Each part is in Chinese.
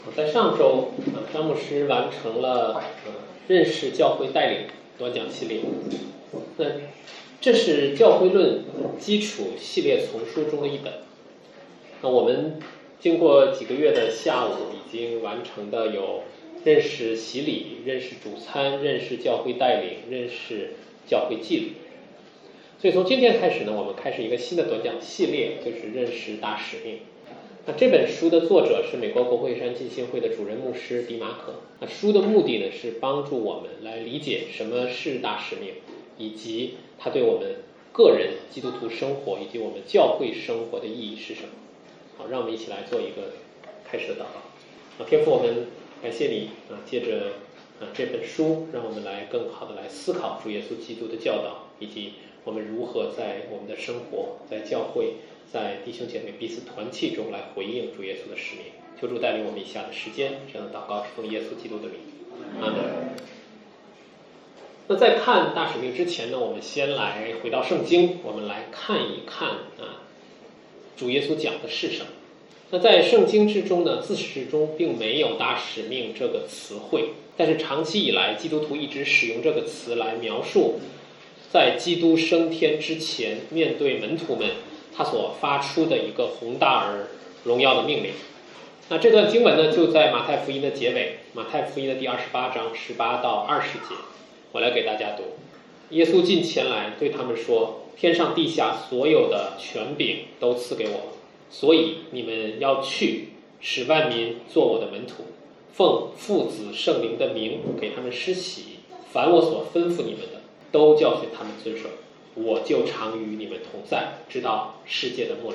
在上周，张牧师完成了认识教会带领短讲系列。那这是教会论基础系列丛书中的一本。那我们经过几个月的下午，已经完成的有认识洗礼、认识主餐、认识教会带领、认识教会纪律。所以从今天开始呢，我们开始一个新的短讲系列，就是认识大使命。那这本书的作者是美国国会山浸信会的主任牧师迪马可。那书的目的呢，是帮助我们来理解什么是大使命，以及它对我们个人基督徒生活以及我们教会生活的意义是什么。好，让我们一起来做一个开始的祷告。天父，我们感谢你借着这本书，让我们来更好的来思考主耶稣基督的教导，以及我们如何在我们的生活、在教会、在弟兄姐妹彼此团契中来回应主耶稣的使命。求主带领我们以下的时间，这样的祷告是奉耶稣基督的名。阿门。那在看大使命之前呢，我们先来回到圣经，我们来看一看主耶稣讲的是什么。那在圣经之中呢，自始至终并没有大使命这个词汇，但是长期以来基督徒一直使用这个词来描述在基督升天之前面对门徒们他所发出的一个宏大而荣耀的命令。那这段经文呢，就在马太福音的结尾，马太福音的第28章18到20节，我来给大家读。耶稣近前来对他们说，天上地下所有的权柄都赐给我，所以你们要去，使万民做我的门徒，奉父子圣灵的名给他们施洗，凡我所吩咐你们的都教训他们遵守，我就常与你们同在，直到世界的末了。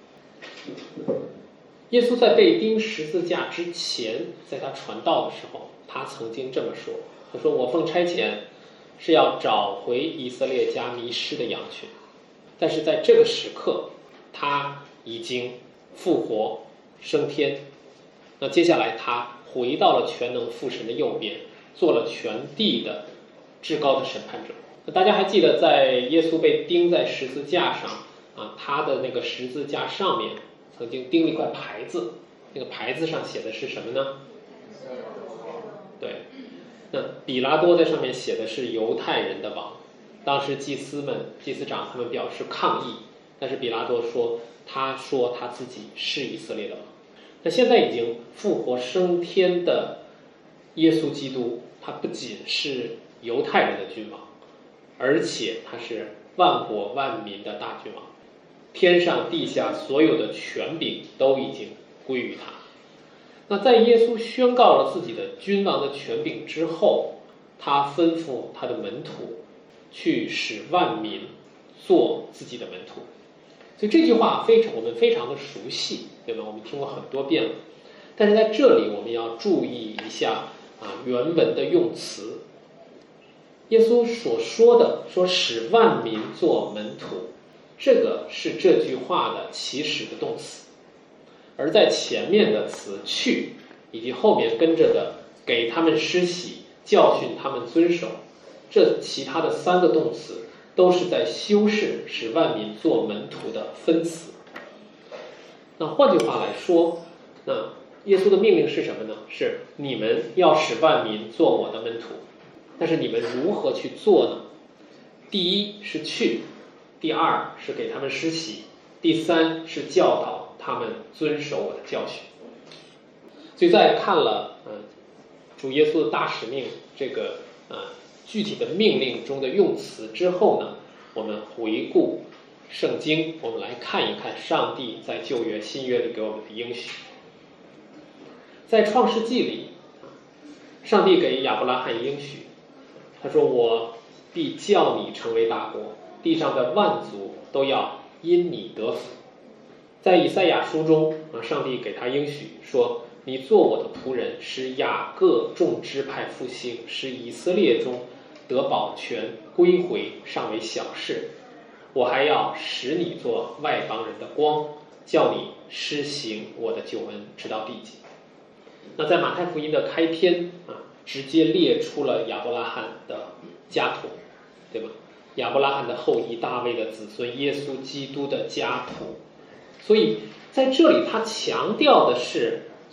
耶稣在被钉十字架之前，在他传道的时候，他曾经这么说，他说，我奉差遣是要找回以色列家迷失的羊群。但是在这个时刻，他已经复活升天。那接下来他回到了全能父神的右边，做了全地的至高的审判者。大家还记得在耶稣被钉在十字架上他的那个十字架上面曾经钉了一块牌子，那个牌子上写的是什么呢？对，那比拉多在上面写的是犹太人的王。当时祭司长他们表示抗议，但是比拉多说他自己是以色列的王。那现在已经复活升天的耶稣基督，他不仅是犹太人的君王，而且他是万国万民的大君王，天上地下所有的权柄都已经归于他。那在耶稣宣告了自己的君王的权柄之后，他吩咐他的门徒去使万民做自己的门徒。所以这句话我们非常的熟悉，对吗？我们听过很多遍了。但是在这里我们要注意一下原文的用词。耶稣所说的使万民做门徒，这个是这句话的起始的动词，而在前面的词去以及后面跟着的给他们施洗、教训他们遵守，这其他的3个动词都是在修饰使万民做门徒的分词。那换句话来说，那耶稣的命令是什么呢？是你们要使万民做我的门徒。但是你们如何去做呢？第一是去，第二是给他们施洗，第三是教导他们遵守我的教训。所以在看了主耶稣的大使命这个具体的命令中的用词之后呢，我们回顾圣经，我们来看一看上帝在旧约新约里给我们的应许。在创世纪里，上帝给亚伯拉罕应许，他说，我必叫你成为大国，地上的万族都要因你得福。在以赛亚书中上帝给他应许说，你做我的仆人，使雅各众支派复兴，使以色列中得保全，归回尚为小事。我还要使你做外邦人的光，叫你施行我的救恩，直到地极。那在马太福音的开篇直接列出了亚伯拉罕的家谱，对吧？亚伯拉罕的后裔，大卫的子孙，耶稣基督的家谱。所以在这里他强调的是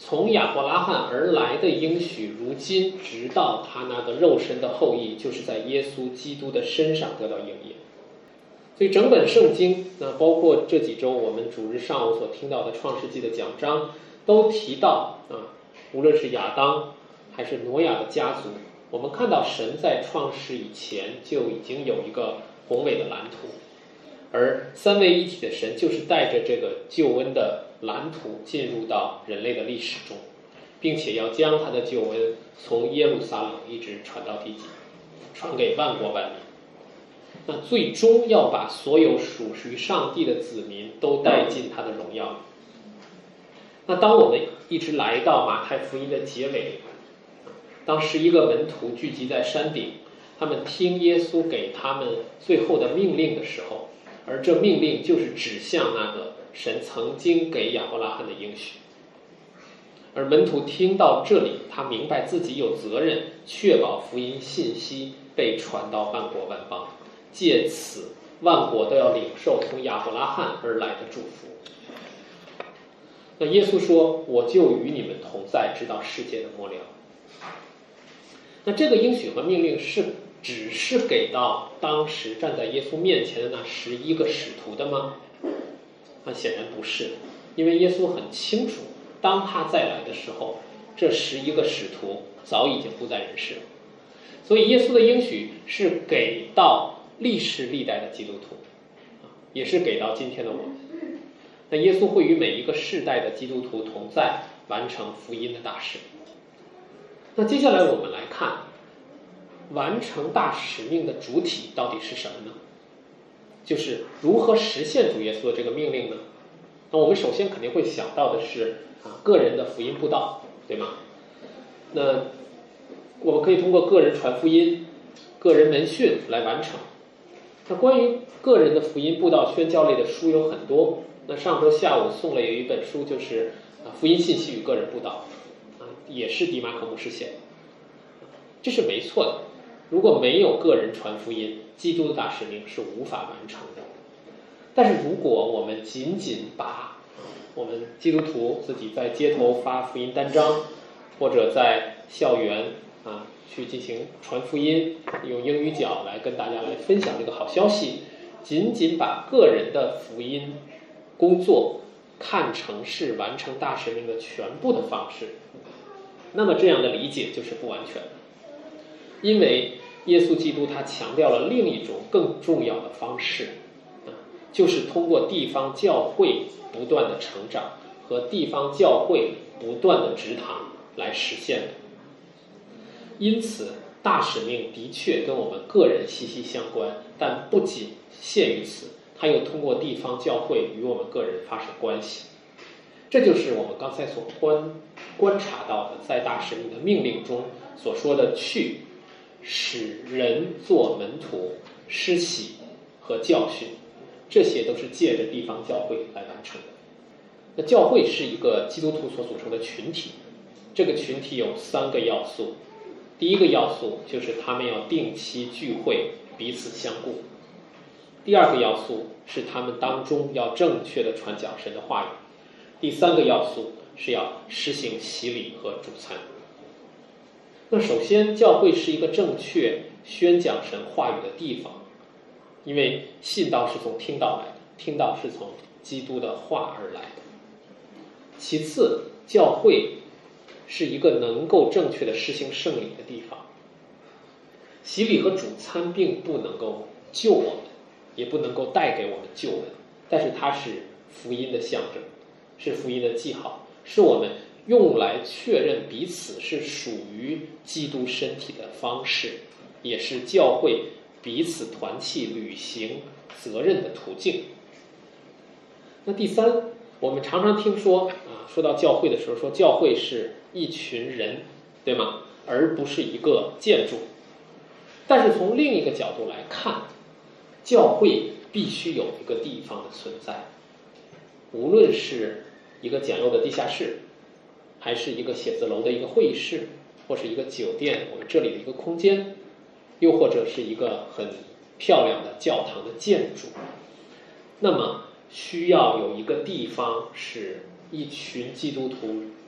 从亚伯拉罕而来的应许，如今直到他那个肉身的后裔，就是在耶稣基督的身上得到应验。所以整本圣经，那包括这几周我们主日上午所听到的创世纪的讲章，都提到无论是亚当还是挪亚的家族，我们看到神在创世以前就已经有一个宏伟的蓝图，而三位一体的神就是带着这个救恩的蓝图进入到人类的历史中，并且要将他的救恩从耶路撒冷一直传到地极，传给万国万民。那最终要把所有属于上帝的子民都带进他的荣耀里。那当我们一直来到马太福音的结尾，当11个门徒聚集在山顶，他们听耶稣给他们最后的命令的时候，而这命令就是指向那个神曾经给亚伯拉罕的应许。而门徒听到这里，他明白自己有责任确保福音信息被传到万国万邦，借此万国都要领受从亚伯拉罕而来的祝福。那耶稣说，我就与你们同在，直到世界的末了。那这个应许和命令只是给到当时站在耶稣面前的那11个使徒的吗？那显然不是，因为耶稣很清楚，当他再来的时候，这11个使徒早已经不在人世了。所以耶稣的应许是给到历世历代的基督徒，也是给到今天的我们。那耶稣会与每一个世代的基督徒同在，完成福音的大事。那接下来我们来看，完成大使命的主体到底是什么呢？就是如何实现主耶稣的这个命令呢？那我们首先肯定会想到的是个人的福音布道，对吗？那我们可以通过个人传福音、个人门训来完成。那关于个人的福音布道宣教类的书有很多。那上周下午送了有一本书，就是福音信息与个人布道，也是迪马可牧师写的。这是没错的，如果没有个人传福音，基督的大使命是无法完成的。但是如果我们仅仅把我们基督徒自己在街头发福音单张，或者在校园去进行传福音，用英语角来跟大家来分享这个好消息，仅仅把个人的福音工作看成是完成大使命的全部的方式，那么这样的理解就是不完全的。因为耶稣基督他强调了另一种更重要的方式，就是通过地方教会不断的成长和地方教会不断的植堂来实现的。因此大使命的确跟我们个人息息相关，但不仅限于此，它又通过地方教会与我们个人发生关系。这就是我们刚才所观察到的，在大使命的命令中所说的去使人做门徒、施洗和教训，这些都是借着地方教会来完成的。那教会是一个基督徒所组成的群体，这个群体有3个要素。第一个要素就是他们要定期聚会，彼此相顾。第二个要素是他们当中要正确的传讲神的话语。第3个要素是要实行洗礼和主餐。那首先，教会是一个正确宣讲神话语的地方，因为信道是从听道来的，听道是从基督的话而来的。其次，教会是一个能够正确的实行圣礼的地方。洗礼和主餐并不能够救我们，也不能够带给我们救恩，但是它是福音的象征，是福音的记号，是我们用来确认彼此是属于基督身体的方式，也是教会彼此团契履行责任的途径。那第三，我们常常听说说到教会的时候，说教会是一群人，对吗？而不是一个建筑。但是从另一个角度来看，教会必须有一个地方的存在，无论是一个简陋的地下室，还是一个写字楼的一个会议室，或是一个酒店我们这里的一个空间，又或者是一个很漂亮的教堂的建筑，那么需要有一个地方是一群基督徒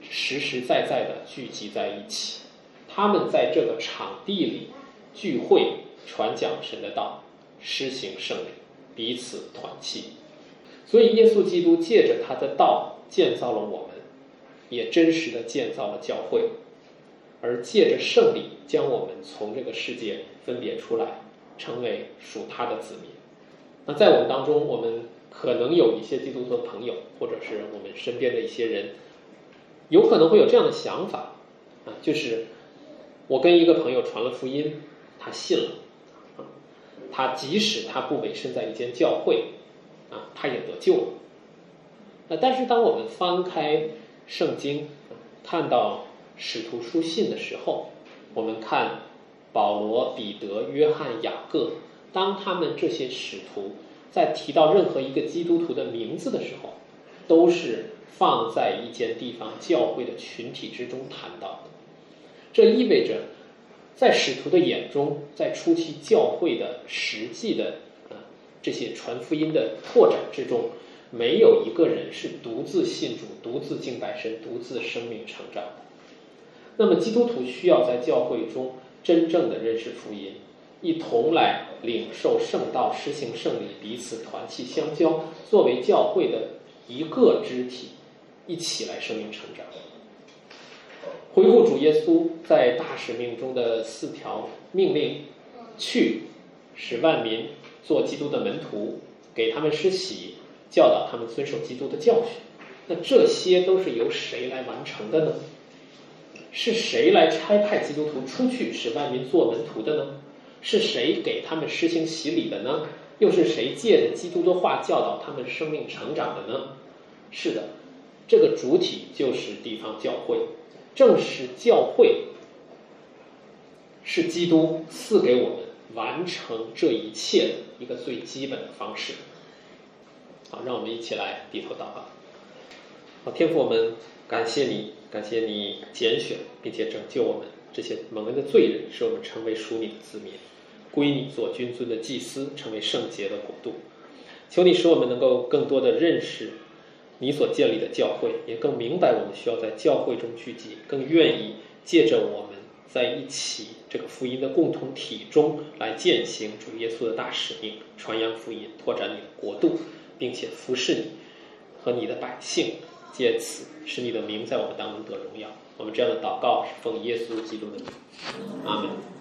实实在在的聚集在一起，他们在这个场地里聚会，传讲神的道，施行圣礼，彼此团契。所以耶稣基督借着他的道建造了我们，也真实的建造了教会，而借着圣礼将我们从这个世界分别出来，成为属他的子民。那在我们当中，我们可能有一些基督徒的朋友，或者是我们身边的一些人，有可能会有这样的想法就是我跟一个朋友传了福音，他信了他即使他不委身在一间教会他也得救了。但是当我们翻开圣经，看到使徒书信的时候，我们看保罗、彼得、约翰、雅各，当他们这些使徒在提到任何一个基督徒的名字的时候，都是放在一间地方教会的群体之中谈到的。这意味着在使徒的眼中，在初期教会的实际的这些传福音的拓展之中，没有一个人是独自信主、独自敬拜神、独自生命成长的。那么基督徒需要在教会中真正的认识福音，一同来领受圣道，施行圣礼，彼此团契相交，作为教会的一个肢体，一起来生命成长。回顾主耶稣在大使命中的4条命令：去，使万民做基督的门徒，给他们施洗，教导他们遵守基督的教训。那这些都是由谁来完成的呢？是谁来差派基督徒出去使万民做门徒的呢？是谁给他们施行洗礼的呢？又是谁借着基督的话教导他们生命成长的呢？是的，这个主体就是地方教会。正是教会是基督赐给我们完成这一切的一个最基本的方式。好，让我们一起来低头祷告。好，天父，我们感谢你，感谢你拣选并且拯救我们这些蒙恩的罪人，使我们成为属你的子民，归你做君尊的祭司，成为圣洁的国度。求你使我们能够更多的认识你所建立的教会，也更明白我们需要在教会中聚集，更愿意借着我们在一起这个福音的共同体中来践行主耶稣的大使命，传扬福音，拓展你的国度，并且服侍你和你的百姓，借此使你的名在我们当中得荣耀。我们这样的祷告是奉耶稣基督的名，阿们。